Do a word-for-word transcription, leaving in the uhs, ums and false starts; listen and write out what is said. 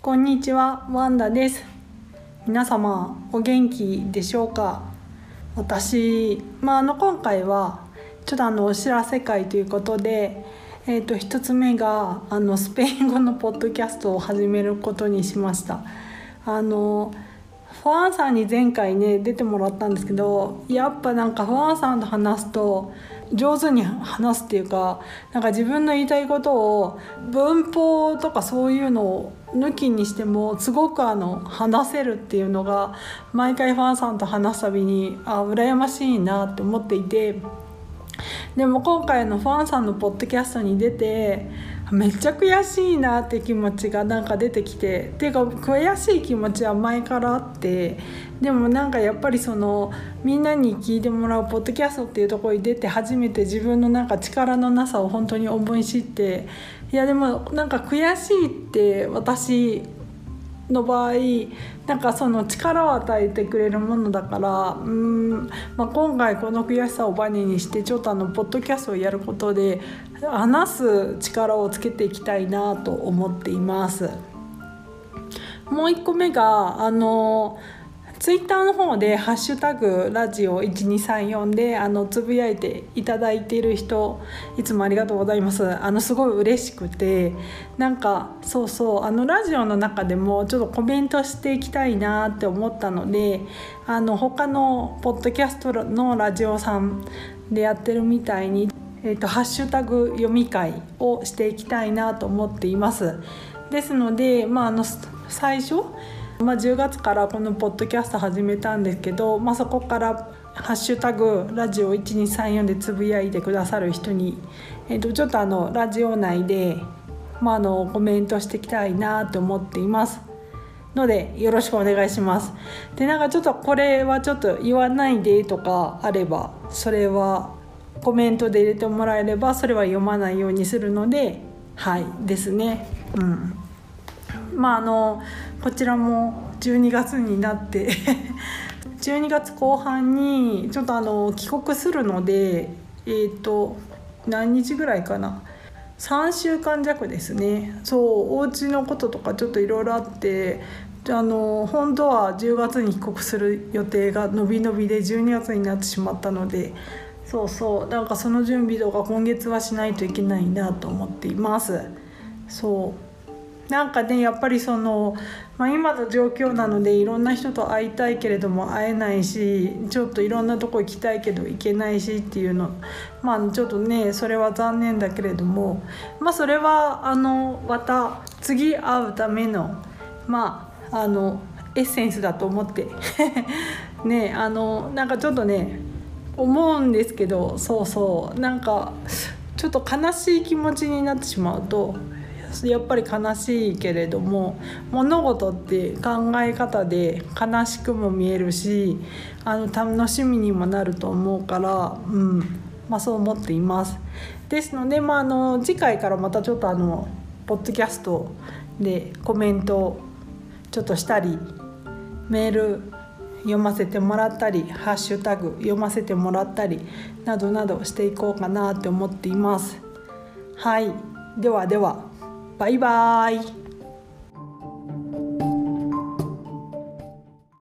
こんにちは、ワンダです。皆様お元気でしょうか。私、まあ、あの今回はちょっとあのお知らせ会ということで、えー、と一つ目があのスペイン語のポッドキャストを始めることにしました。あのファンさんに前回ね出てもらったんですけど、やっぱなんかファンさんと話すと上手に話すっていうか、なんか自分の言いたいことを文法とかそういうのを抜きにしてもすごくあの話せるっていうのが毎回ファンさんと話すたびにあ羨ましいなって思っていて、でも今回のファンさんのポッドキャストに出てめっちゃ悔しいなって気持ちがなんか出てきて、っていうか悔しい気持ちは前からあって、でもなんかやっぱりそのみんなに聞いてもらうポッドキャストっていうところに出て初めて自分のなんか力のなさを本当に思い知って、いやでもなんか悔しいって私の場合なんかその力を与えてくれるものだから、うーん、まあ、今回この悔しさをバネにしてちょっとあのポッドキャストをやることで話す力をつけていきたいなと思っています。もう一個目があのツイッターの方でハッシュタグラジオいちにさんよんであのつぶやいていただいている人いつもありがとうございます。あのすごい嬉しくて、なんかそうそうあのラジオの中でもちょっとコメントしていきたいなって思ったので、あの他のポッドキャストのラジオさんでやってるみたいに、えーと、ハッシュタグ読み会をしていきたいなと思っています。ですので、まあ、あの最初まあ、じゅうがつからこのポッドキャスト始めたんですけど、まあ、そこからハッシュタグラジオいちにさんよんでつぶやいてくださる人に、えー、とちょっとあのラジオ内で、まあ、あのコメントしていきたいなと思っていますのでよろしくお願いします。でなんかちょっとこれはちょっと言わないでとかあればそれはコメントで入れてもらえればそれは読まないようにするのではいですね。うんまああのこちらもじゅうにがつになってじゅうにがつこう半にちょっとあの帰国するので、えーと何日ぐらいかな、さんしゅうかん弱ですね。そうお家のこととかちょっといろいろあって、あの本当はじゅうがつに帰国する予定が伸び伸びでじゅうにがつになってしまったので、そうそうなんかその準備とか今月はしないといけないなと思っています。そうなんかねやっぱりその、まあ、今の状況なのでいろんな人と会いたいけれども会えないし、ちょっといろんなとこ行きたいけど行けないしっていうの、まあちょっとねそれは残念だけれども、まあそれはあのまた次会うためのまああのエッセンスだと思ってねあのなんかちょっとね思うんですけど、そうそうなんかちょっと悲しい気持ちになってしまうとやっぱり悲しいけれども、物事って考え方で悲しくも見えるしあの楽しみにもなると思うから、うんまあ、そう思っています。ですので、まあ、あの次回からまたちょっとあのポッドキャストでコメントをちょっとしたりメール読ませてもらったりハッシュタグ読ませてもらったりなどなどしていこうかなって思っています。はい、ではではバイバイ。